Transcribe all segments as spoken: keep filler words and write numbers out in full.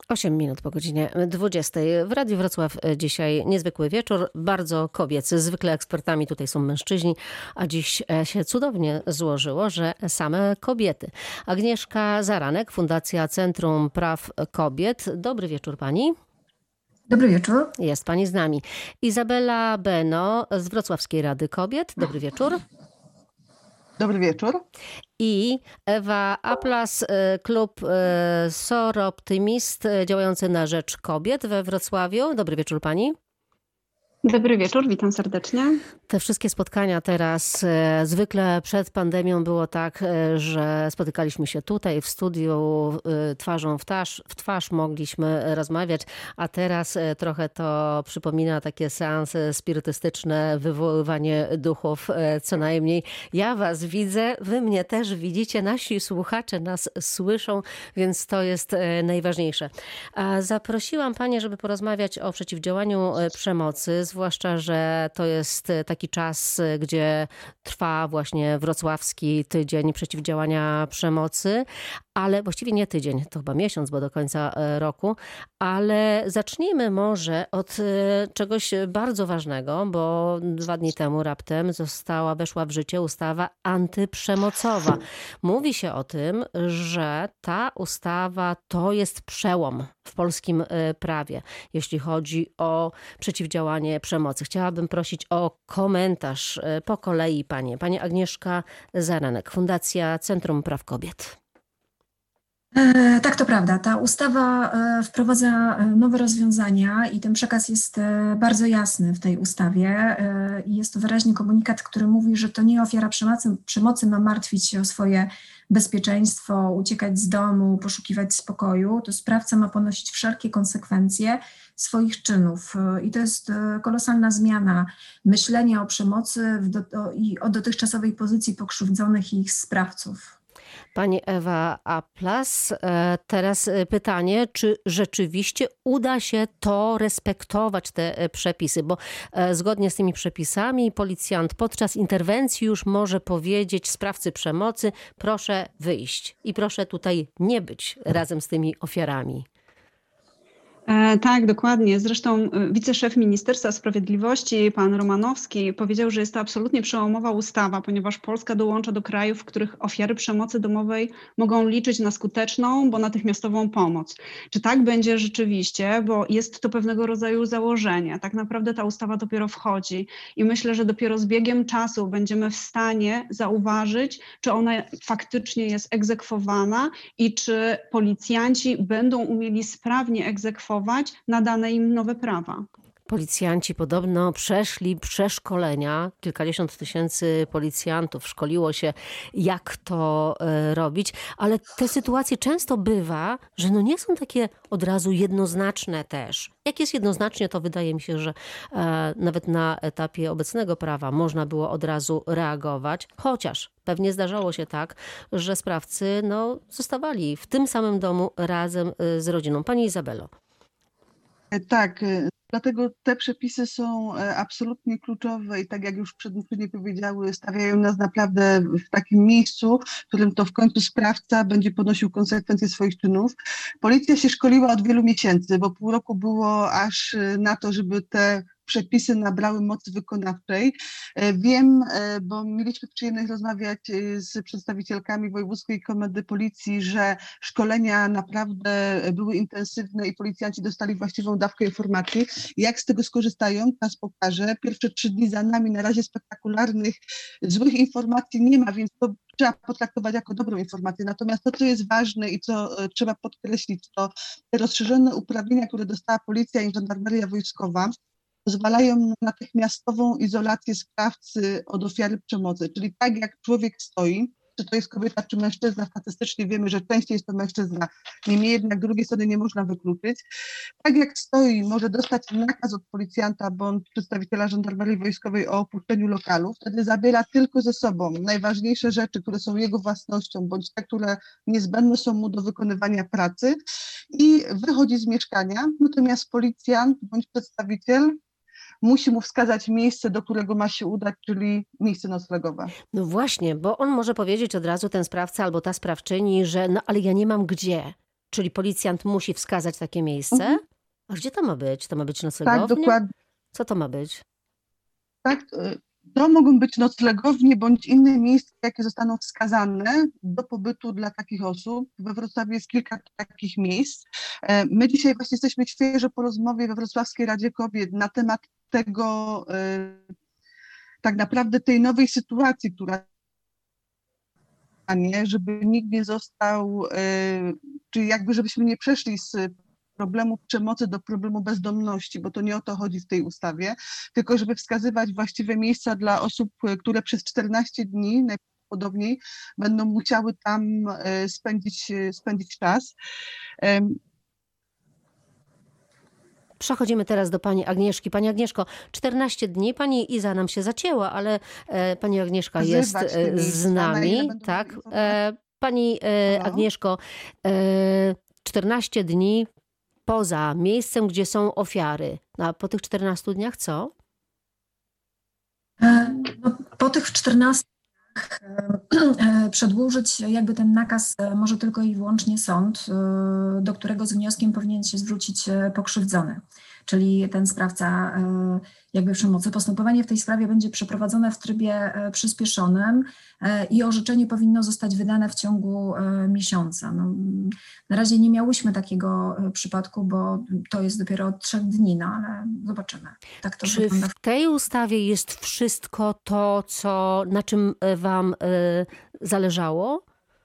osiem minut po godzinie dwudziestej. W Radiu Wrocław dzisiaj niezwykły wieczór, bardzo kobiecy. Zwykle ekspertami tutaj są mężczyźni, a dziś się cudownie złożyło, że same kobiety. Agnieszka Zaranek, Fundacja Centrum Praw Kobiet. Dobry wieczór pani. Dobry wieczór. Jest pani z nami. Izabela Beno z Wrocławskiej Rady Kobiet. Dobry wieczór. Dobry wieczór. I Ewa Aplas, klub Soroptymist działający na rzecz kobiet we Wrocławiu. Dobry wieczór pani. Dobry wieczór, witam serdecznie. Te wszystkie spotkania teraz, e, zwykle przed pandemią było tak, e, że spotykaliśmy się tutaj w studiu e, twarzą w twarz, w twarz mogliśmy rozmawiać, a teraz e, trochę to przypomina takie seanse spirytystyczne, wywoływanie duchów e, co najmniej. Ja was widzę, wy mnie też widzicie, nasi słuchacze nas słyszą, więc to jest e, najważniejsze. A zaprosiłam panie, żeby porozmawiać o przeciwdziałaniu e, przemocy, zwłaszcza, że to jest taki czas, gdzie trwa właśnie wrocławski tydzień przeciwdziałania przemocy, ale właściwie nie tydzień, to chyba miesiąc, bo do końca roku, ale zacznijmy może od czegoś bardzo ważnego, bo dwa dni temu raptem została, weszła w życie ustawa antyprzemocowa. Mówi się o tym, że ta ustawa to jest przełom w polskim prawie, jeśli chodzi o przeciwdziałanie przemocy. Chciałabym prosić o komentarz po kolei panie. Pani Agnieszka Zaranek, Fundacja Centrum Praw Kobiet. E, tak, to prawda. Ta ustawa e, wprowadza nowe rozwiązania i ten przekaz jest e, bardzo jasny w tej ustawie. E, I jest to wyraźnie komunikat, który mówi, że to nie ofiara przemocy, przemocy ma martwić się o swoje bezpieczeństwo, uciekać z domu, poszukiwać spokoju. To sprawca ma ponosić wszelkie konsekwencje swoich czynów. E, I to jest e, kolosalna zmiana myślenia o przemocy w do, o, i o dotychczasowej pozycji pokrzywdzonych i ich sprawców. Pani Ewa Aplas, teraz pytanie, czy rzeczywiście uda się to respektować, te przepisy? Bo zgodnie z tymi przepisami policjant podczas interwencji już może powiedzieć sprawcy przemocy, proszę wyjść i proszę tutaj nie być razem z tymi ofiarami. E, tak, dokładnie. Zresztą wiceszef Ministerstwa Sprawiedliwości, pan Romanowski, powiedział, że jest to absolutnie przełomowa ustawa, ponieważ Polska dołącza do krajów, w których ofiary przemocy domowej mogą liczyć na skuteczną, bo natychmiastową pomoc. Czy tak będzie rzeczywiście? Bo jest to pewnego rodzaju założenie. Tak naprawdę ta ustawa dopiero wchodzi i myślę, że dopiero z biegiem czasu będziemy w stanie zauważyć, czy ona faktycznie jest egzekwowana i czy policjanci będą umieli sprawnie egzekwować nadane im nowe prawa. Policjanci podobno przeszli przeszkolenia. Kilkadziesiąt tysięcy policjantów szkoliło się, jak to e, robić, ale te sytuacje często bywa, że no nie są takie od razu jednoznaczne też. Jak jest jednoznacznie, to wydaje mi się, że e, nawet na etapie obecnego prawa można było od razu reagować, chociaż pewnie zdarzało się tak, że sprawcy no, zostawali w tym samym domu razem z rodziną. Pani Izabelo. Tak, dlatego te przepisy są absolutnie kluczowe i tak jak już przedmówczynie powiedziały, stawiają nas naprawdę w takim miejscu, w którym to w końcu sprawca będzie ponosił konsekwencje swoich czynów. Policja się szkoliła od wielu miesięcy, bo pół roku było aż na to, żeby te przepisy nabrały mocy wykonawczej. Wiem, bo mieliśmy przyjemność rozmawiać z przedstawicielkami Wojewódzkiej Komendy Policji, że szkolenia naprawdę były intensywne i policjanci dostali właściwą dawkę informacji. Jak z tego skorzystają, czas pokaże. Pierwsze trzy dni za nami, na razie spektakularnych, złych informacji nie ma, więc to trzeba potraktować jako dobrą informację. Natomiast to, co jest ważne i co trzeba podkreślić, to te rozszerzone uprawnienia, które dostała Policja i Żandarmeria Wojskowa, pozwalają na natychmiastową izolację sprawcy od ofiary przemocy. Czyli tak jak człowiek stoi, czy to jest kobieta, czy mężczyzna, statystycznie wiemy, że częściej jest to mężczyzna, niemniej jednak drugiej strony nie można wykluczyć. Tak jak stoi, może dostać nakaz od policjanta bądź przedstawiciela Żandarmerii Wojskowej o opuszczeniu lokalu, wtedy zabiera tylko ze sobą najważniejsze rzeczy, które są jego własnością, bądź te, które niezbędne są mu do wykonywania pracy i wychodzi z mieszkania, natomiast policjant bądź przedstawiciel musi mu wskazać miejsce, do którego ma się udać, czyli miejsce noclegowe. No właśnie, bo on może powiedzieć od razu, ten sprawca albo ta sprawczyni, że no ale ja nie mam gdzie. Czyli policjant musi wskazać takie miejsce? Mhm. A gdzie to ma być? To ma być noclegownia? Tak, dokładnie. Co to ma być? Tak, to mogą być noclegownie bądź inne miejsca, jakie zostaną wskazane do pobytu dla takich osób. We Wrocławiu jest kilka takich miejsc. My dzisiaj właśnie jesteśmy świeżo po rozmowie we Wrocławskiej Radzie Kobiet na temat tego, tak naprawdę tej nowej sytuacji, która nie, żeby nikt nie został, czyli jakby żebyśmy nie przeszli z problemu przemocy do problemu bezdomności, bo to nie o to chodzi w tej ustawie, tylko żeby wskazywać właściwe miejsca dla osób, które przez czternaście dni najprawdopodobniej będą musiały tam spędzić, spędzić czas. Przechodzimy teraz do pani Agnieszki. Pani Agnieszko, czternaście dni, pani Iza nam się zacięła, ale e, pani Agnieszka jest e, z nami. Tak. E, pani e, Agnieszko, e, czternaście dni poza miejscem, gdzie są ofiary. A po tych czternastu dniach co? No, po tych czternastu dniach przedłużyć jakby ten nakaz może tylko i wyłącznie sąd, do którego z wnioskiem powinien się zwrócić pokrzywdzony, czyli ten sprawca jakby przemocy. Postępowanie w tej sprawie będzie przeprowadzone w trybie przyspieszonym i orzeczenie powinno zostać wydane w ciągu miesiąca. No, na razie nie miałyśmy takiego przypadku, bo to jest dopiero od trzech dni, no ale zobaczymy. Tak to Czy wygląda. w tej ustawie jest wszystko to, co, na czym wam zależało?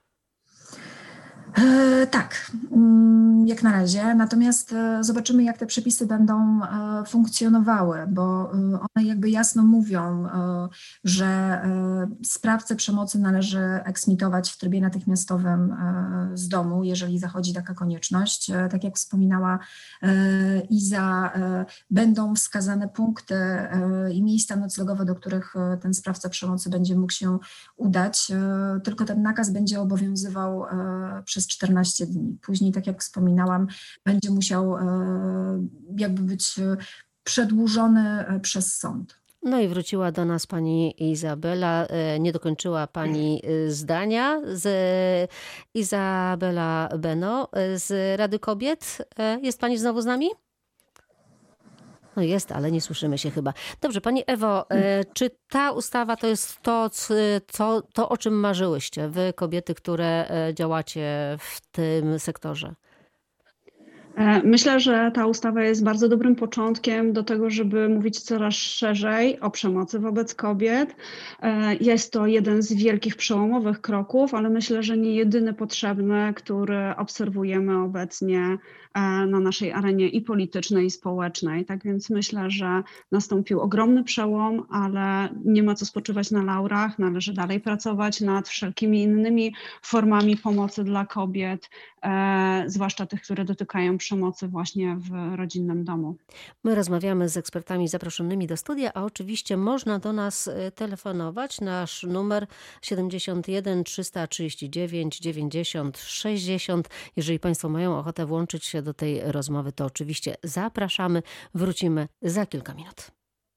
E, tak, jak na razie. Natomiast e, zobaczymy, jak te przepisy będą e, funkcjonowały, bo e, one jakby jasno mówią, e, że e, sprawcę przemocy należy eksmitować w trybie natychmiastowym e, z domu, jeżeli zachodzi taka konieczność. E, tak jak wspominała e, Iza, e, będą wskazane punkty e, i miejsca noclegowe, do których e, ten sprawca przemocy będzie mógł się udać. E, tylko ten nakaz będzie obowiązywał e, przez czternaście dni. Później, tak jak wspominałam, będzie musiał jakby być przedłużony przez sąd. No i wróciła do nas pani Izabela. Nie dokończyła pani zdania. Z Izabela Beno z Rady Kobiet. Jest pani znowu z nami? No jest, ale nie słyszymy się chyba. Dobrze, pani Ewo, czy ta ustawa to jest to, co, to, o czym marzyłyście, wy kobiety, które działacie w tym sektorze? Myślę, że ta ustawa jest bardzo dobrym początkiem do tego, żeby mówić coraz szerzej o przemocy wobec kobiet. Jest to jeden z wielkich przełomowych kroków, ale myślę, że nie jedyny potrzebny, który obserwujemy obecnie na naszej arenie i politycznej, i społecznej. Tak więc myślę, że nastąpił ogromny przełom, ale nie ma co spoczywać na laurach. Należy dalej pracować nad wszelkimi innymi formami pomocy dla kobiet, zwłaszcza tych, które dotykają przemocy właśnie w rodzinnym domu. My rozmawiamy z ekspertami zaproszonymi do studia, a oczywiście można do nas telefonować. Nasz numer siedemdziesiąt jeden trzysta trzydzieści dziewięć dziewięćdziesiąt sześćdziesiąt. Jeżeli państwo mają ochotę włączyć się do tej rozmowy, to oczywiście zapraszamy. Wrócimy za kilka minut.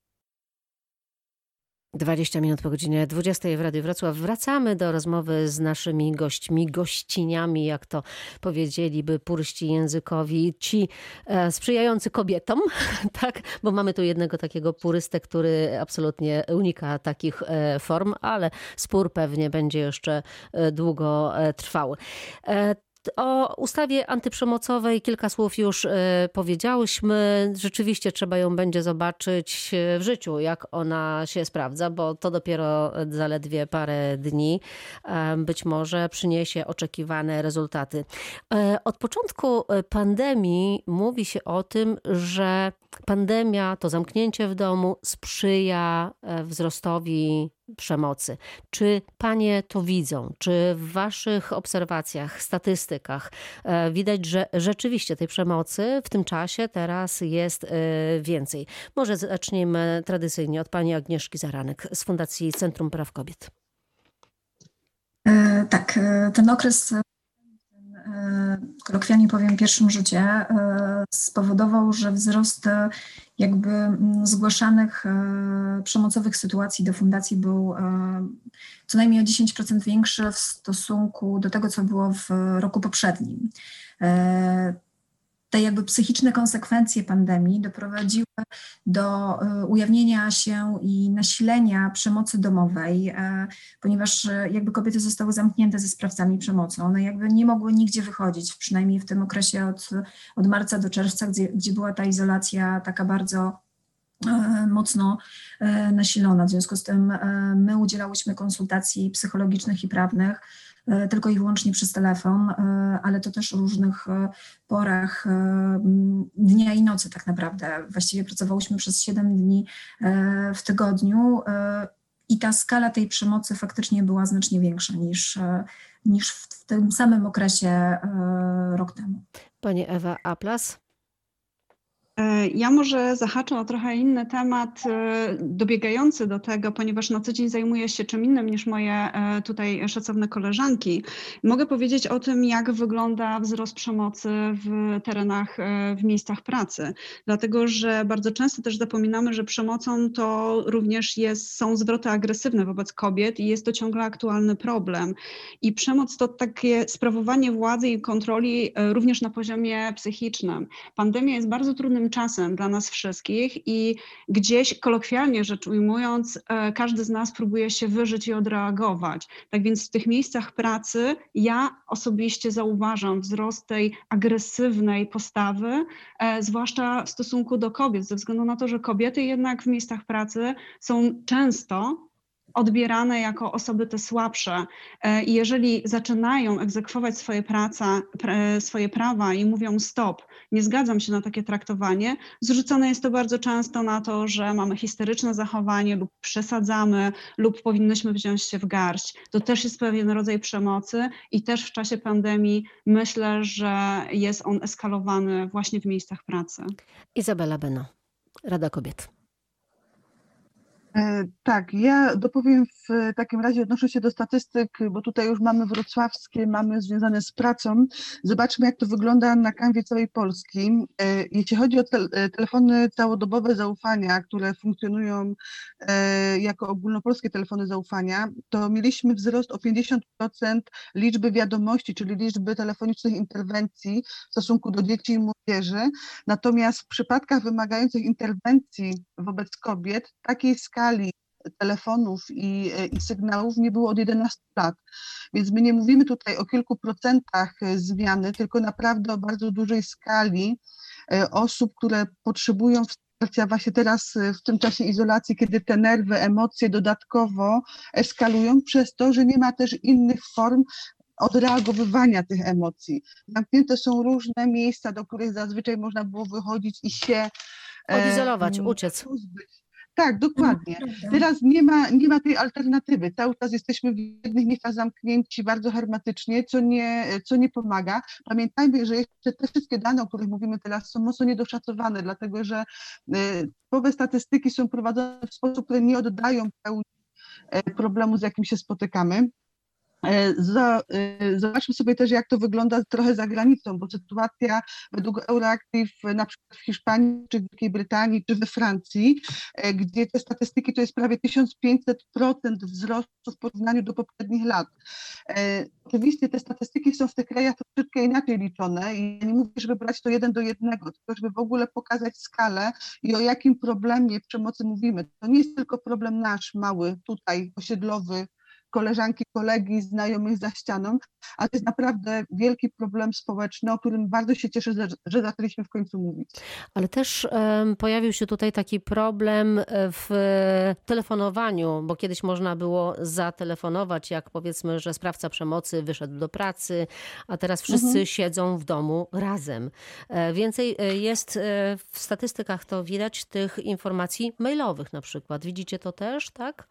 dwadzieścia minut po godzinie dwudziestej w Radiu Wrocław. Wracamy do rozmowy z naszymi gośćmi, gościniami, jak to powiedzieliby puryści językowi, ci e, sprzyjający kobietom, tak? Bo mamy tu jednego takiego purystę, który absolutnie unika takich e, form, ale spór pewnie będzie jeszcze e, długo e, trwał. E, O ustawie antyprzemocowej kilka słów już powiedziałyśmy. Rzeczywiście trzeba ją będzie zobaczyć w życiu, jak ona się sprawdza, bo to dopiero zaledwie parę dni być może przyniesie oczekiwane rezultaty. Od początku pandemii mówi się o tym, że pandemia, to zamknięcie w domu sprzyja wzrostowi przemocy. Czy panie to widzą? Czy w waszych obserwacjach, statystykach widać, że rzeczywiście tej przemocy w tym czasie teraz jest więcej? Może zaczniemy tradycyjnie od pani Agnieszki Zaranek z Fundacji Centrum Praw Kobiet. E, tak, ten okres kolokwialnie powiem, pierwszym rzucie spowodował, że wzrost jakby zgłaszanych przemocowych sytuacji do fundacji był co najmniej o dziesięć procent większy w stosunku do tego, co było w roku poprzednim. Te jakby psychiczne konsekwencje pandemii doprowadziły do ujawnienia się i nasilenia przemocy domowej, ponieważ jakby kobiety zostały zamknięte ze sprawcami przemocy. One jakby nie mogły nigdzie wychodzić, przynajmniej w tym okresie od, od marca do czerwca, gdzie, gdzie była ta izolacja taka bardzo mocno nasilona. W związku z tym my udzielałyśmy konsultacji psychologicznych i prawnych tylko i wyłącznie przez telefon, ale to też o różnych porach dnia i nocy tak naprawdę. Właściwie pracowałyśmy przez siedem dni w tygodniu i ta skala tej przemocy faktycznie była znacznie większa niż, niż w tym samym okresie rok temu. Pani Ewa Aplas. Ja może zahaczę o trochę inny temat, dobiegający do tego, ponieważ na co dzień zajmuję się czym innym niż moje tutaj szacowne koleżanki. Mogę powiedzieć o tym, jak wygląda wzrost przemocy w terenach, w miejscach pracy. Dlatego, że bardzo często też zapominamy, że przemocą to również jest, są zwroty agresywne wobec kobiet i jest to ciągle aktualny problem. I przemoc to takie sprawowanie władzy i kontroli również na poziomie psychicznym. Pandemia jest bardzo trudnym czasem dla nas wszystkich i gdzieś kolokwialnie rzecz ujmując, każdy z nas próbuje się wyżyć i odreagować. Tak więc w tych miejscach pracy ja osobiście zauważam wzrost tej agresywnej postawy, zwłaszcza w stosunku do kobiet, ze względu na to, że kobiety jednak w miejscach pracy są często odbierane jako osoby te słabsze i jeżeli zaczynają egzekwować swoje, praca, swoje prawa i mówią stop, nie zgadzam się na takie traktowanie, zrzucone jest to bardzo często na to, że mamy histeryczne zachowanie lub przesadzamy lub powinnyśmy wziąć się w garść. To też jest pewien rodzaj przemocy i też w czasie pandemii myślę, że jest on eskalowany właśnie w miejscach pracy. Izabela Beno, Rada Kobiet. Tak, ja dopowiem w takim razie, odnoszę się do statystyk, bo tutaj już mamy wrocławskie, mamy związane z pracą. Zobaczmy, jak to wygląda na kanwie całej Polski. Jeśli chodzi o te, telefony całodobowe zaufania, które funkcjonują jako ogólnopolskie telefony zaufania, to mieliśmy wzrost o pięćdziesiąt procent liczby wiadomości, czyli liczby telefonicznych interwencji w stosunku do dzieci i młodzieży. Natomiast w przypadkach wymagających interwencji wobec kobiet takiej skali telefonów i, i sygnałów nie było od jedenastu lat. Więc my nie mówimy tutaj o kilku procentach zmiany, tylko naprawdę o bardzo dużej skali osób, które potrzebują wsparcia właśnie teraz w tym czasie izolacji, kiedy te nerwy, emocje dodatkowo eskalują przez to, że nie ma też innych form odreagowywania tych emocji. Zamknięte są różne miejsca, do których zazwyczaj można było wychodzić i się odizolować, uciec. Pozbyć. Tak, dokładnie. Teraz nie ma, nie ma tej alternatywy. Cały czas jesteśmy w jednych miejscach zamknięci bardzo hermetycznie, co nie, co nie pomaga. Pamiętajmy, że jeszcze te wszystkie dane, o których mówimy teraz, są mocno niedoszacowane, dlatego że typowe statystyki są prowadzone w sposób, który nie oddają pełni problemu, z jakim się spotykamy. Zobaczmy sobie też, jak to wygląda trochę za granicą, bo sytuacja według Euroactiv na przykład w Hiszpanii, czy w Wielkiej Brytanii, czy we Francji, gdzie te statystyki to jest prawie tysiąc pięćset procent wzrostu w porównaniu do poprzednich lat. Oczywiście te statystyki są w tych krajach troszeczkę inaczej liczone i nie mówię, żeby brać to jeden do jednego, tylko żeby w ogóle pokazać skalę i o jakim problemie przemocy mówimy. To nie jest tylko problem nasz, mały, tutaj, osiedlowy, koleżanki, kolegi, znajomych za ścianą, ale to jest naprawdę wielki problem społeczny, o którym bardzo się cieszę, że, że zaczęliśmy w końcu mówić. Ale też um, pojawił się tutaj taki problem w telefonowaniu, bo kiedyś można było zatelefonować, jak powiedzmy, że sprawca przemocy wyszedł do pracy, a teraz wszyscy mhm. siedzą w domu razem. Więcej jest w statystykach, to widać, tych informacji mailowych na przykład. Widzicie to też, tak?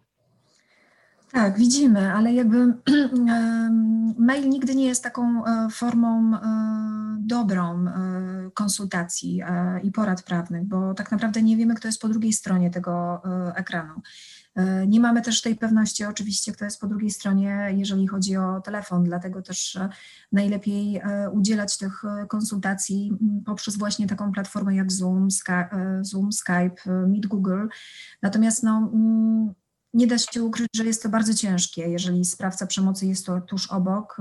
Tak, widzimy, ale jakby mail nigdy nie jest taką formą dobrą konsultacji i porad prawnych, bo tak naprawdę nie wiemy, kto jest po drugiej stronie tego ekranu. Nie mamy też tej pewności oczywiście, kto jest po drugiej stronie, jeżeli chodzi o telefon, dlatego też najlepiej udzielać tych konsultacji poprzez właśnie taką platformę jak Zoom, Skype, Zoom, Skype, Meet Google. Natomiast no, nie da się ukryć, że jest to bardzo ciężkie, jeżeli sprawca przemocy jest to tuż obok.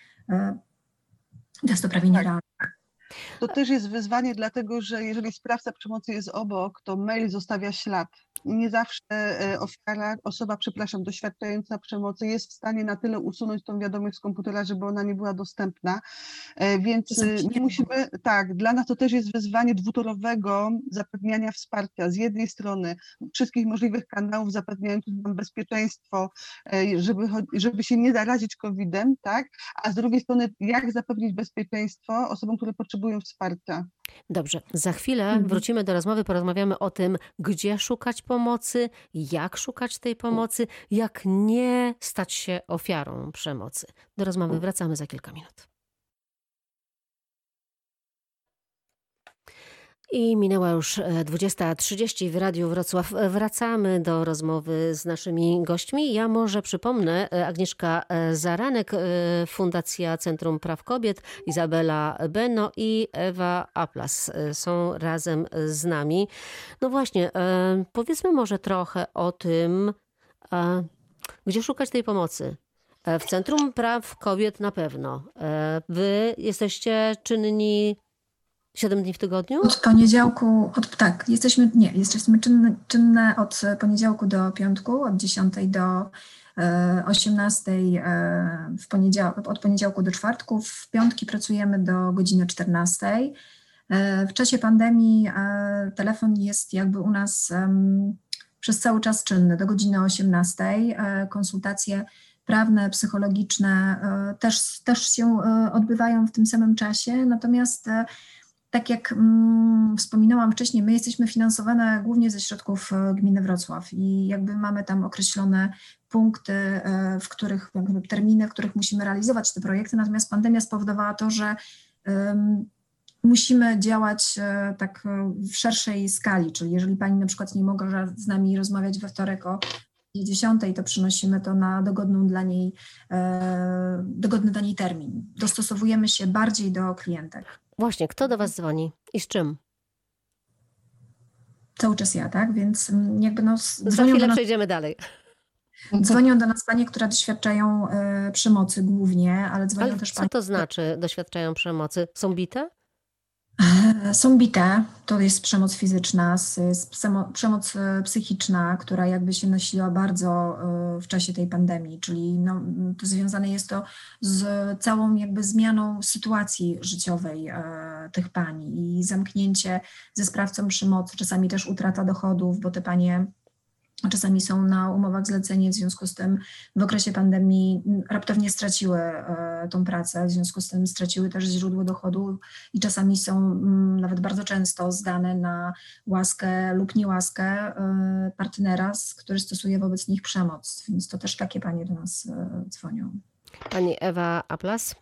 To jest to prawie nierealne. To też jest wyzwanie, dlatego że jeżeli sprawca przemocy jest obok, to mail zostawia ślad. Nie zawsze ofiara, osoba, przepraszam, doświadczająca przemocy jest w stanie na tyle usunąć tą wiadomość z komputera, żeby ona nie była dostępna. Więc my musimy, tak, dla nas to też jest wyzwanie dwutorowego zapewniania wsparcia. Z jednej strony wszystkich możliwych kanałów zapewniających nam bezpieczeństwo, żeby, żeby się nie zarazić kowidem, tak? A z drugiej strony jak zapewnić bezpieczeństwo osobom, które potrzebują wsparcia. Dobrze, za chwilę wrócimy do rozmowy, porozmawiamy o tym, gdzie szukać pomocy, jak szukać tej pomocy, jak nie stać się ofiarą przemocy. Do rozmowy wracamy za kilka minut. I minęła już dwudziesta trzydzieści w Radiu Wrocław. Wracamy do rozmowy z naszymi gośćmi. Ja może przypomnę, Agnieszka Zaranek, Fundacja Centrum Praw Kobiet, Izabela Beno i Ewa Aplas są razem z nami. No właśnie, powiedzmy może trochę o tym, gdzie szukać tej pomocy. W Centrum Praw Kobiet na pewno. Wy jesteście czynni siedem dni w tygodniu? Od poniedziałku, od, tak, jesteśmy, nie, jesteśmy czynne, czynne od poniedziałku do piątku, od dziesiątej do osiemnastej, w poniedział- od poniedziałku do czwartku, w piątki pracujemy do godziny czternastej. W czasie pandemii telefon jest jakby u nas przez cały czas czynny, do godziny osiemnastej. Konsultacje prawne, psychologiczne też, też się odbywają w tym samym czasie, natomiast tak jak mm, wspominałam wcześniej, my jesteśmy finansowane głównie ze środków gminy Wrocław i jakby mamy tam określone punkty, w których, jakby terminy, w których musimy realizować te projekty, natomiast pandemia spowodowała to, że um, musimy działać e, tak w szerszej skali, czyli jeżeli pani na przykład nie mogła z nami rozmawiać we wtorek o dziesiątej, to przynosimy to na dogodną dla niej, e, dogodny dla niej termin. Dostosowujemy się bardziej do klientek. Właśnie, kto do was dzwoni i z czym? Cały czas ja, tak? Więc jakby no... Za chwilę nas, przejdziemy dalej. Dzwonią do nas panie, które doświadczają e, przemocy głównie, ale dzwonią ale też co panie... to znaczy doświadczają przemocy? Są bite? Są bite, to jest przemoc fizyczna, jest przemoc psychiczna, która jakby się nasiliła bardzo w czasie tej pandemii, czyli no, to związane jest to z całą jakby zmianą sytuacji życiowej e, tych pań i zamknięcie ze sprawcą przemocy, czasami też utrata dochodów, bo te panie czasami są na umowach zlecenie, w związku z tym w okresie pandemii raptownie straciły e, tą pracę, w związku z tym straciły też źródło dochodu i czasami są m, nawet bardzo często zdane na łaskę lub niełaskę e, partnera, który stosuje wobec nich przemoc, więc to też takie panie do nas e, dzwonią. Pani Ewa Aplas?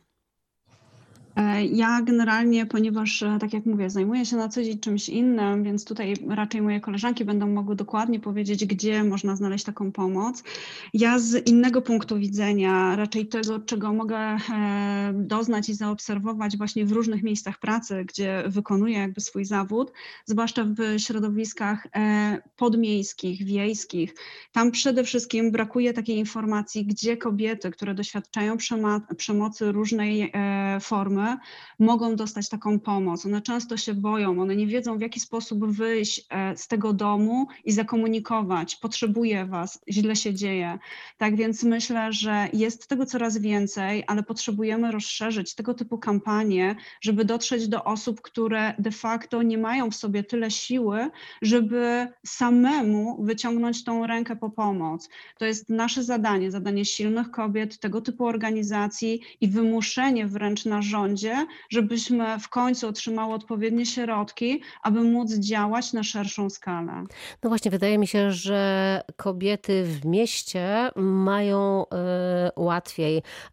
Ja generalnie, ponieważ, tak jak mówię, zajmuję się na co dzień czymś innym, więc tutaj raczej moje koleżanki będą mogły dokładnie powiedzieć, gdzie można znaleźć taką pomoc. Ja z innego punktu widzenia, raczej tego, czego mogę doznać i zaobserwować właśnie w różnych miejscach pracy, gdzie wykonuję jakby swój zawód, zwłaszcza w środowiskach podmiejskich, wiejskich. Tam przede wszystkim brakuje takiej informacji, gdzie kobiety, które doświadczają przema- przemocy różnej formy, mogą dostać taką pomoc. One często się boją, one nie wiedzą, w jaki sposób wyjść z tego domu i zakomunikować, potrzebuję was, źle się dzieje. Tak więc myślę, że jest tego coraz więcej, ale potrzebujemy rozszerzyć tego typu kampanie, żeby dotrzeć do osób, które de facto nie mają w sobie tyle siły, żeby samemu wyciągnąć tą rękę po pomoc. To jest nasze zadanie, zadanie silnych kobiet, tego typu organizacji i wymuszenie wręcz na żonie rządzie, żebyśmy w końcu otrzymały odpowiednie środki, aby móc działać na szerszą skalę. No właśnie, wydaje mi się, że kobiety w mieście mają e, łatwiej, e,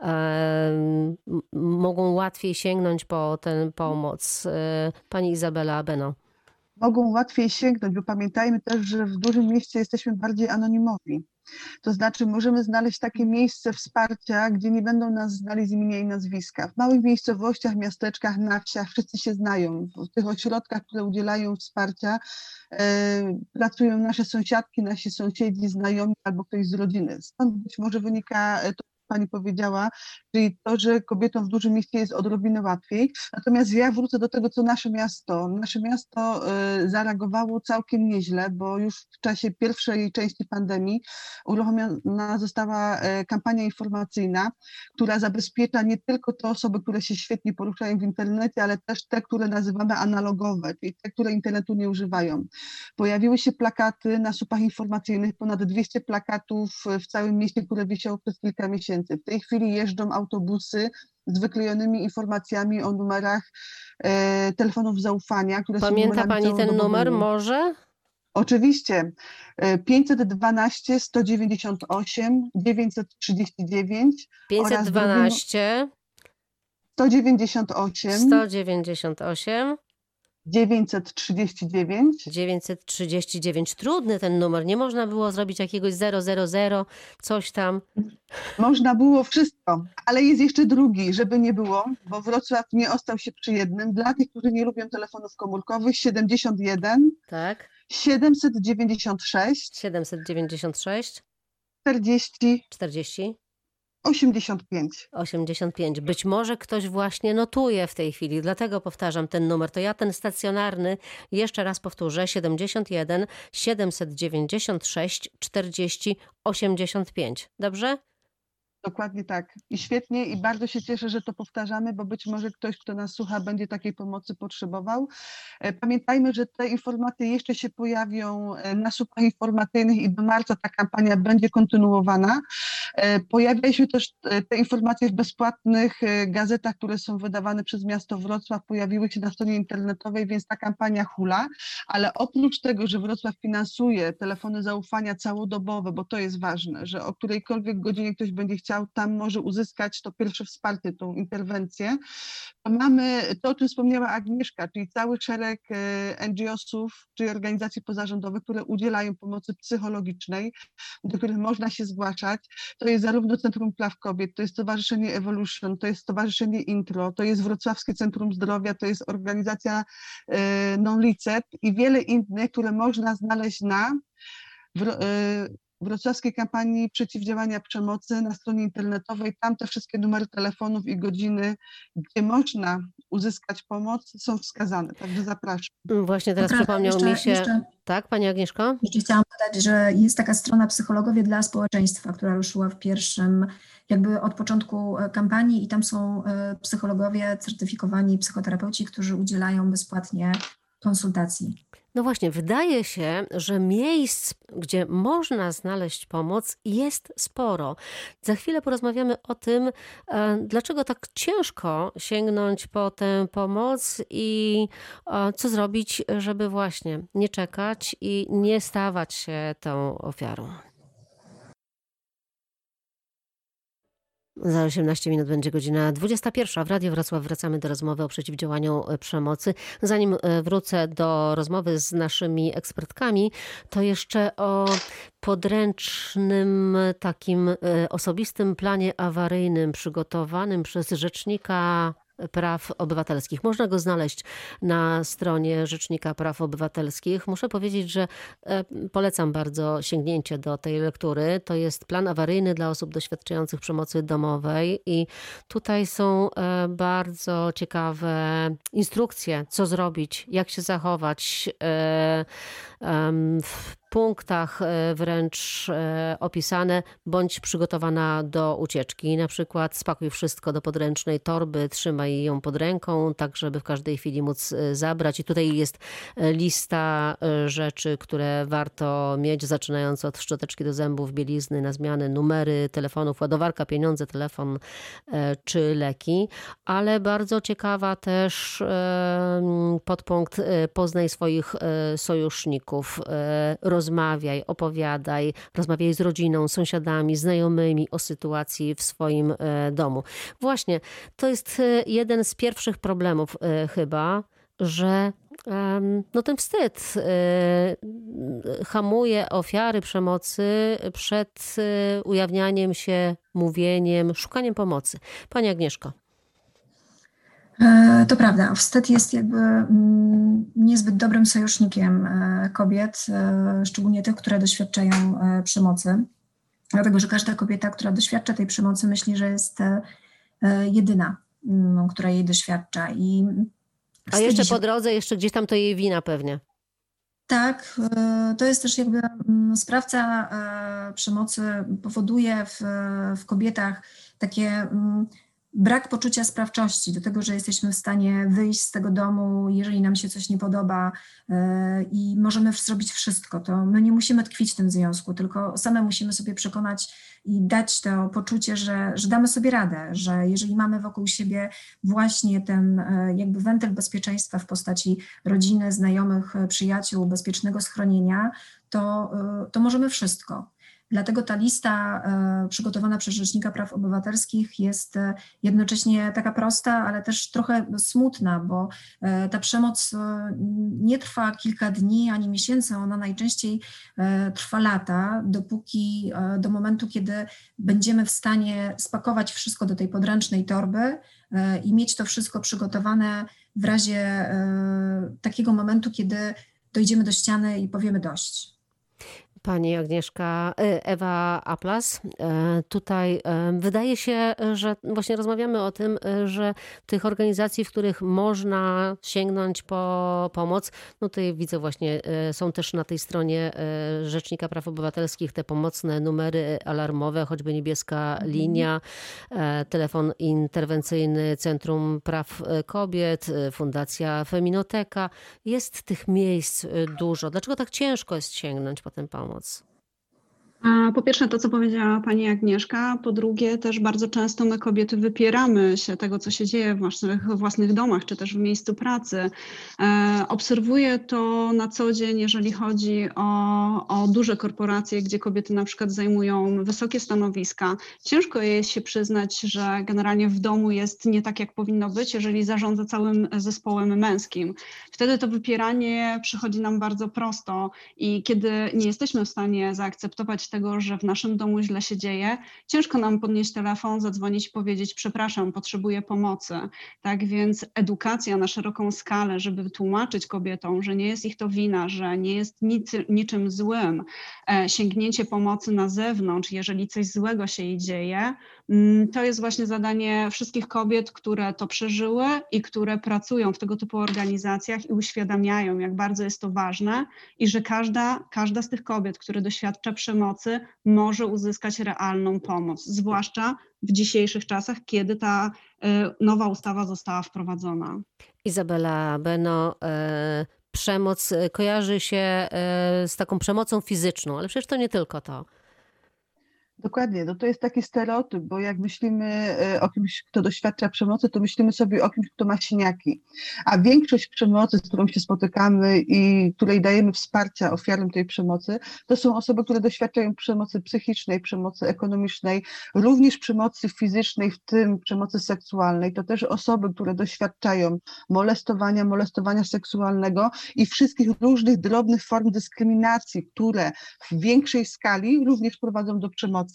m- mogą łatwiej sięgnąć po tę pomoc. E, Pani Izabela Beno. Mogą łatwiej sięgnąć, bo pamiętajmy też, że w dużym mieście jesteśmy bardziej anonimowi. To znaczy możemy znaleźć takie miejsce wsparcia, gdzie nie będą nas znali z imienia i nazwiska. W małych miejscowościach, miasteczkach, na wsiach wszyscy się znają. W tych ośrodkach, które udzielają wsparcia, e, pracują nasze sąsiadki, nasi sąsiedzi, znajomi albo ktoś z rodziny. Stąd być może wynika e, to, co pani powiedziała, czyli to, że kobietom w dużym mieście jest odrobinę łatwiej. Natomiast ja wrócę do tego, co nasze miasto. Nasze miasto e, zareagowało całkiem nieźle, bo już w czasie pierwszej części pandemii uruchomiona została e, kampania informacyjna, która zabezpiecza nie tylko te osoby, które się świetnie poruszają w internecie, ale też te, które nazywamy analogowe, czyli te, które internetu nie używają. Pojawiły się plakaty na słupach informacyjnych, ponad dwieście plakatów w całym mieście, które wisiało przez kilka miesięcy. W tej chwili jeżdżą autobusy z wyklejonymi informacjami o numerach e, telefonów zaufania, które są Pamięta numerami Pani ten numer całodobowymi. może? Oczywiście. e, pięćset dwanaście, sto dziewięćdziesiąt osiem, dziewięćset trzydzieści dziewięć oraz drugi nu- pięćset dwanaście, sto dziewięćdziesiąt osiem, sto dziewięćdziesiąt osiem, dziewięćset trzydzieści dziewięć. dziewięćset trzydzieści dziewięć. Trudny ten numer. Nie można było zrobić jakiegoś zero zero zero, coś tam. Można było wszystko, ale jest jeszcze drugi, żeby nie było, bo Wrocław nie ostał się przy jednym. Dla tych, którzy nie lubią telefonów komórkowych, siedemdziesiąt jeden, Tak? siedemset dziewięćdziesiąt sześć, siedemset dziewięćdziesiąt sześć, czterdzieści, czterdzieści, osiemdziesiąt pięć. osiemdziesiąt pięć. Być może ktoś właśnie notuje w tej chwili, dlatego powtarzam ten numer. To ja ten stacjonarny jeszcze raz powtórzę. siedemdziesiąt jeden, siedemset dziewięćdziesiąt sześć, czterdzieści, osiemdziesiąt pięć. Dobrze? Dokładnie tak. I świetnie i bardzo się cieszę, że to powtarzamy, bo być może ktoś, kto nas słucha, będzie takiej pomocy potrzebował. E, Pamiętajmy, że te informacje jeszcze się pojawią e, na słupach informacyjnych i do marca ta kampania będzie kontynuowana. E, Pojawiają się też e, te informacje w bezpłatnych e, gazetach, które są wydawane przez miasto Wrocław, pojawiły się na stronie internetowej, więc ta kampania hula, ale oprócz tego, że Wrocław finansuje telefony zaufania całodobowe, bo to jest ważne, że o którejkolwiek godzinie ktoś będzie chciał, tam może uzyskać to pierwsze wsparcie, tą interwencję, to mamy to, o czym wspomniała Agnieszka, czyli cały szereg e, en dżi osów, czyli organizacji pozarządowych, które udzielają pomocy psychologicznej, do których można się zgłaszać. To jest zarówno Centrum Praw Kobiet, to jest Stowarzyszenie Evolution, to jest Stowarzyszenie Intro, to jest Wrocławskie Centrum Zdrowia, to jest organizacja e, Non-Licet i wiele innych, które można znaleźć na w, e, wrocławskiej kampanii przeciwdziałania przemocy na stronie internetowej. Tam te wszystkie numery telefonów i godziny, gdzie można uzyskać pomoc, są wskazane. Także zapraszam. Właśnie teraz To prawda, przypomniał jeszcze- mi się... jeszcze- Tak, Pani Agnieszko? Jeszcze chciałam dodać, że jest taka strona Psychologowie dla Społeczeństwa, która ruszyła w pierwszym, jakby od początku e, kampanii i tam są e, psychologowie, certyfikowani psychoterapeuci, którzy udzielają bezpłatnie konsultacji. No właśnie, wydaje się, że miejsc, gdzie można znaleźć pomoc, jest sporo. Za chwilę porozmawiamy o tym, e, dlaczego tak ciężko sięgnąć po tę pomoc i e, co zrobić, żeby właśnie nie czekać i nie stawać się tą ofiarą. Za osiemnaście minut będzie godzina dwudziesta pierwsza. W Radiu Wrocław wracamy do rozmowy o przeciwdziałaniu przemocy. Zanim e, wrócę do rozmowy z naszymi ekspertkami, to jeszcze o podręcznym, takim e, osobistym planie awaryjnym przygotowanym przez Rzecznika Praw Obywatelskich. Można go znaleźć na stronie Rzecznika Praw Obywatelskich. Muszę powiedzieć, że e, polecam bardzo sięgnięcie do tej lektury. To jest plan awaryjny dla osób doświadczających przemocy domowej i tutaj są e, bardzo ciekawe instrukcje, co zrobić, jak się zachować e, em, w punktach wręcz opisane, bądź przygotowana do ucieczki. Na przykład spakuj wszystko do podręcznej torby, trzymaj ją pod ręką, tak żeby w każdej chwili móc zabrać. I tutaj jest lista rzeczy, które warto mieć, zaczynając od szczoteczki do zębów, bielizny na zmianę, numery telefonów, ładowarka, pieniądze, telefon czy leki. Ale bardzo ciekawa też podpunkt poznaj swoich sojuszników. Rozmawiaj, opowiadaj, rozmawiaj z rodziną, sąsiadami, znajomymi o sytuacji w swoim domu. Właśnie, to jest jeden z pierwszych problemów chyba, że no ten wstyd hamuje ofiary przemocy przed ujawnianiem się, mówieniem, szukaniem pomocy. Pani Agnieszko. To prawda, wstyd jest jakby niezbyt dobrym sojusznikiem kobiet, szczególnie tych, które doświadczają przemocy. Dlatego, że każda kobieta, która doświadcza tej przemocy, myśli, że jest jedyna, która jej doświadcza. I A jeszcze się... po drodze, jeszcze gdzieś tam to jej wina pewnie. Tak, to jest też jakby sprawca przemocy powoduje w, w kobietach takie brak poczucia sprawczości do tego, że jesteśmy w stanie wyjść z tego domu, jeżeli nam się coś nie podoba i możemy zrobić wszystko, to my nie musimy tkwić w tym związku, tylko same musimy sobie przekonać i dać to poczucie, że, że damy sobie radę, że jeżeli mamy wokół siebie właśnie ten jakby wentyl bezpieczeństwa w postaci rodziny, znajomych, przyjaciół, bezpiecznego schronienia, to, to możemy wszystko. Dlatego ta lista e, przygotowana przez Rzecznika Praw Obywatelskich jest e, jednocześnie taka prosta, ale też trochę smutna, bo e, ta przemoc e, nie trwa kilka dni ani miesięcy, ona najczęściej e, trwa lata, dopóki e, do momentu, kiedy będziemy w stanie spakować wszystko do tej podręcznej torby e, i mieć to wszystko przygotowane w razie e, takiego momentu, kiedy dojdziemy do ściany i powiemy dość. Pani Agnieszka, Ewa Aplas, tutaj wydaje się, że właśnie rozmawiamy o tym, że tych organizacji, w których można sięgnąć po pomoc, no tutaj widzę właśnie, są też na tej stronie Rzecznika Praw Obywatelskich te pomocne numery alarmowe, choćby niebieska linia, telefon interwencyjny Centrum Praw Kobiet, Fundacja Feminoteka. Jest tych miejsc dużo. Dlaczego tak ciężko jest sięgnąć po tę pomoc? Po pierwsze to, co powiedziała pani Agnieszka, po drugie też bardzo często my kobiety wypieramy się tego, co się dzieje w naszych własnych domach, czy też w miejscu pracy. E, obserwuję to na co dzień, jeżeli chodzi o, o duże korporacje, gdzie kobiety na przykład zajmują wysokie stanowiska. Ciężko jest się przyznać, że generalnie w domu jest nie tak, jak powinno być, jeżeli zarządza całym zespołem męskim. Wtedy to wypieranie przychodzi nam bardzo prosto i kiedy nie jesteśmy w stanie zaakceptować tego, że w naszym domu źle się dzieje, ciężko nam podnieść telefon, zadzwonić i powiedzieć: przepraszam, potrzebuję pomocy. Tak więc edukacja na szeroką skalę, żeby wytłumaczyć kobietom, że nie jest ich to wina, że nie jest nic, niczym złym, e, sięgnięcie pomocy na zewnątrz, jeżeli coś złego się jej dzieje, mm, to jest właśnie zadanie wszystkich kobiet, które to przeżyły i które pracują w tego typu organizacjach i uświadamiają, jak bardzo jest to ważne i że każda, każda z tych kobiet, które doświadcza przemocy, może uzyskać realną pomoc, zwłaszcza w dzisiejszych czasach, kiedy ta y, nowa ustawa została wprowadzona. Izabela Beno, e, przemoc kojarzy się e, z taką przemocą fizyczną, ale przecież to nie tylko to. Dokładnie, no to jest taki stereotyp, bo jak myślimy o kimś, kto doświadcza przemocy, to myślimy sobie o kimś, kto ma siniaki. A większość przemocy, z którą się spotykamy i której dajemy wsparcia ofiarom tej przemocy, to są osoby, które doświadczają przemocy psychicznej, przemocy ekonomicznej, również przemocy fizycznej, w tym przemocy seksualnej. To też osoby, które doświadczają molestowania, molestowania seksualnego i wszystkich różnych drobnych form dyskryminacji, które w większej skali również prowadzą do przemocy.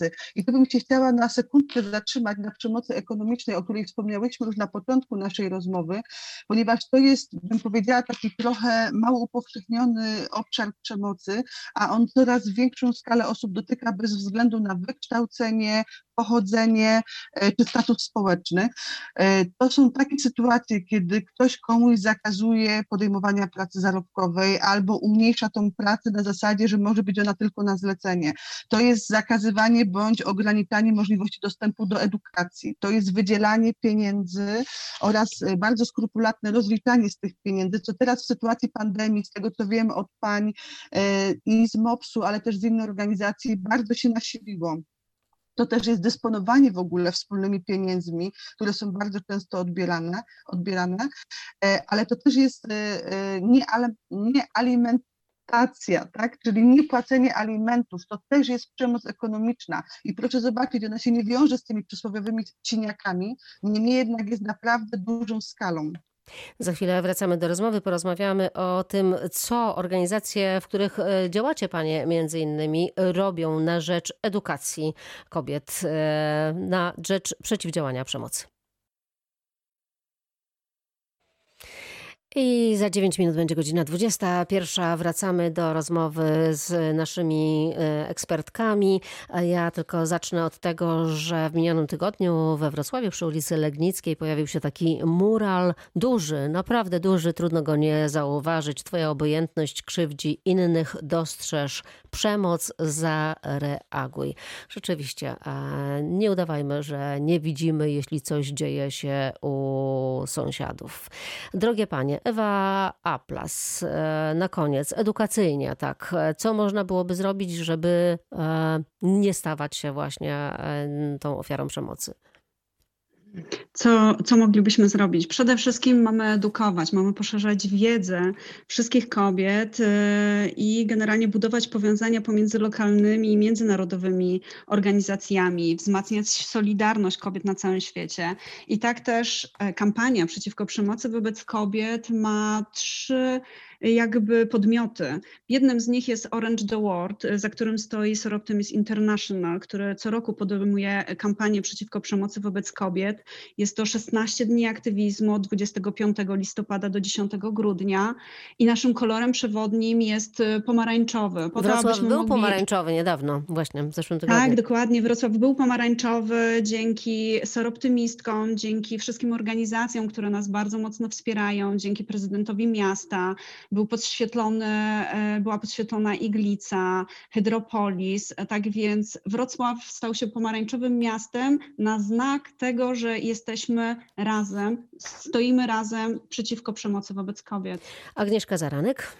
przemocy. I tu bym się chciała na sekundkę zatrzymać na przemocy ekonomicznej, o której wspomniałyśmy już na początku naszej rozmowy, ponieważ to jest, bym powiedziała, taki trochę mało upowszechniony obszar przemocy, a on coraz większą skalę osób dotyka bez względu na wykształcenie, pochodzenie czy status społeczny. To są takie sytuacje, kiedy ktoś komuś zakazuje podejmowania pracy zarobkowej albo umniejsza tą pracę na zasadzie, że może być ona tylko na zlecenie. To jest zakazywanie bądź ograniczanie możliwości dostępu do edukacji. To jest wydzielanie pieniędzy oraz bardzo skrupulatne rozliczanie z tych pieniędzy, co teraz w sytuacji pandemii, z tego co wiem od pań i z mopsu, ale też z innych organizacji, bardzo się nasiliło. To też jest dysponowanie w ogóle wspólnymi pieniędzmi, które są bardzo często odbierane, odbierane ale to też jest nie, nie alimentacja, tak? Czyli niepłacenie alimentów, to też jest przemoc ekonomiczna. I proszę zobaczyć, ona się nie wiąże z tymi przysłowiowymi siniakami, niemniej jednak jest naprawdę dużą skalą. Za chwilę wracamy do rozmowy, porozmawiamy o tym, co organizacje, w których działacie panie między innymi, robią na rzecz edukacji kobiet, na rzecz przeciwdziałania przemocy. I za dziewięć minut będzie godzina dwudziesta pierwsza. Wracamy do rozmowy z naszymi ekspertkami. Ja tylko zacznę od tego, że w minionym tygodniu we Wrocławiu przy ulicy Legnickiej pojawił się taki mural duży, naprawdę duży, trudno go nie zauważyć. Twoja obojętność krzywdzi innych, dostrzeż przemoc, zareaguj. Rzeczywiście, nie udawajmy, że nie widzimy, jeśli coś dzieje się u sąsiadów. Drogie panie, Ewa Aplas, na koniec, edukacyjnie, tak, co można byłoby zrobić, żeby nie stawać się właśnie tą ofiarą przemocy? Co, co moglibyśmy zrobić? Przede wszystkim mamy edukować, mamy poszerzać wiedzę wszystkich kobiet i generalnie budować powiązania pomiędzy lokalnymi i międzynarodowymi organizacjami, wzmacniać solidarność kobiet na całym świecie. I tak też kampania przeciwko przemocy wobec kobiet ma trzy jakby podmioty. Jednym z nich jest Orange the World, za którym stoi Soroptimist International, który co roku podejmuje kampanię przeciwko przemocy wobec kobiet. Jest to szesnaście dni aktywizmu od dwudziestego piątego listopada do dziesiątego grudnia i naszym kolorem przewodnim jest pomarańczowy. Po Wrocław to, był mogli... pomarańczowy niedawno, właśnie w zeszłym tygodniu. Tak, dokładnie. Wrocław był pomarańczowy dzięki Soroptymistkom, dzięki wszystkim organizacjom, które nas bardzo mocno wspierają, dzięki prezydentowi miasta. Był podświetlony, była podświetlona Iglica, Hydropolis, tak więc Wrocław stał się pomarańczowym miastem na znak tego, że jesteśmy razem, stoimy razem przeciwko przemocy wobec kobiet. Agnieszka Zaranek.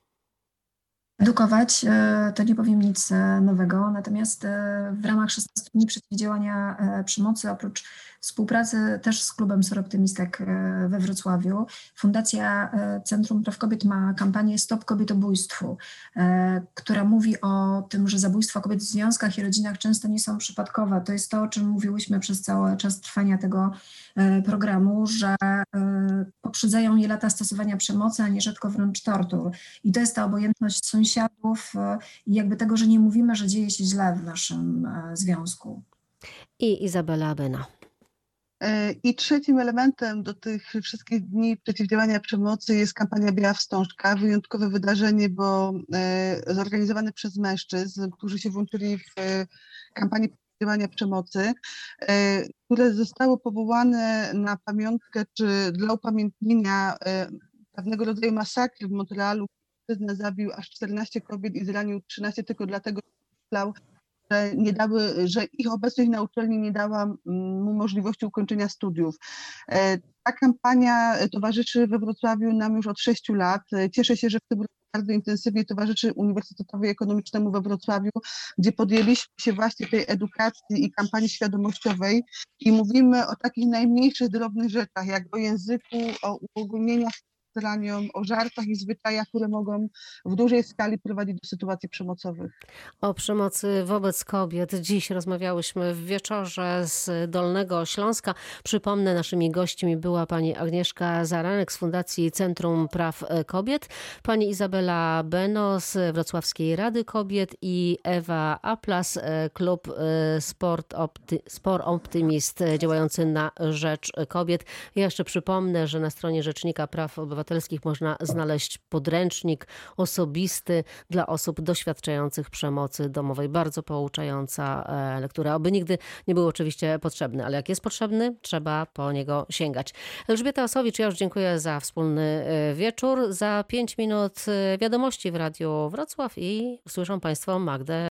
Edukować to nie powiem nic nowego, natomiast w ramach szesnastu dni przeciwdziałania przemocy, oprócz współpracy też z klubem Soroptymistek we Wrocławiu, Fundacja Centrum Praw Kobiet ma kampanię Stop Kobietobójstwu, która mówi o tym, że zabójstwa kobiet w związkach i rodzinach często nie są przypadkowe. To jest to, o czym mówiłyśmy przez cały czas trwania tego programu, że poprzedzają je lata stosowania przemocy, a nierzadko wręcz tortur. I to jest ta obojętność sąsiadów i jakby tego, że nie mówimy, że dzieje się źle w naszym związku. I Izabela Bena. I trzecim elementem do tych wszystkich dni przeciwdziałania przemocy jest kampania Biała Wstążka, wyjątkowe wydarzenie, bo zorganizowane przez mężczyzn, którzy się włączyli w kampanię przeciwdziałania przemocy, które zostało powołane na pamiątkę czy dla upamiętnienia pewnego rodzaju masakry w Montrealu. Mężczyzna zabił aż czternaście kobiet i zranił trzynaście tylko dlatego, że myślał, że nie dały, że ich obecność na uczelni nie dała mu możliwości ukończenia studiów. Ta kampania towarzyszy we Wrocławiu nam już od sześciu lat. Cieszę się, że w tym roku bardzo intensywnie towarzyszy Uniwersytetowi Ekonomicznemu we Wrocławiu, gdzie podjęliśmy się właśnie tej edukacji i kampanii świadomościowej i mówimy o takich najmniejszych, drobnych rzeczach, jak o języku, o uogólnieniach staraniom, o żartach i zwyczajach, które mogą w dużej skali prowadzić do sytuacji przemocowych. O przemocy wobec kobiet dziś rozmawiałyśmy w wieczorze z Dolnego Śląska. Przypomnę, naszymi gośćmi była pani Agnieszka Zaranek z Fundacji Centrum Praw Kobiet, pani Izabela Beno z Wrocławskiej Rady Kobiet i Ewa Aplas, klub Sport, Opty, Sport Optymist działający na rzecz kobiet. Ja jeszcze przypomnę, że na stronie Rzecznika Praw Obywatelskich można znaleźć podręcznik osobisty dla osób doświadczających przemocy domowej. Bardzo pouczająca lektura. Oby nigdy nie był oczywiście potrzebny, ale jak jest potrzebny, trzeba po niego sięgać. Elżbieta Osowicz, ja już dziękuję za wspólny wieczór. Za pięć minut wiadomości w Radiu Wrocław i usłyszą Państwo Magdę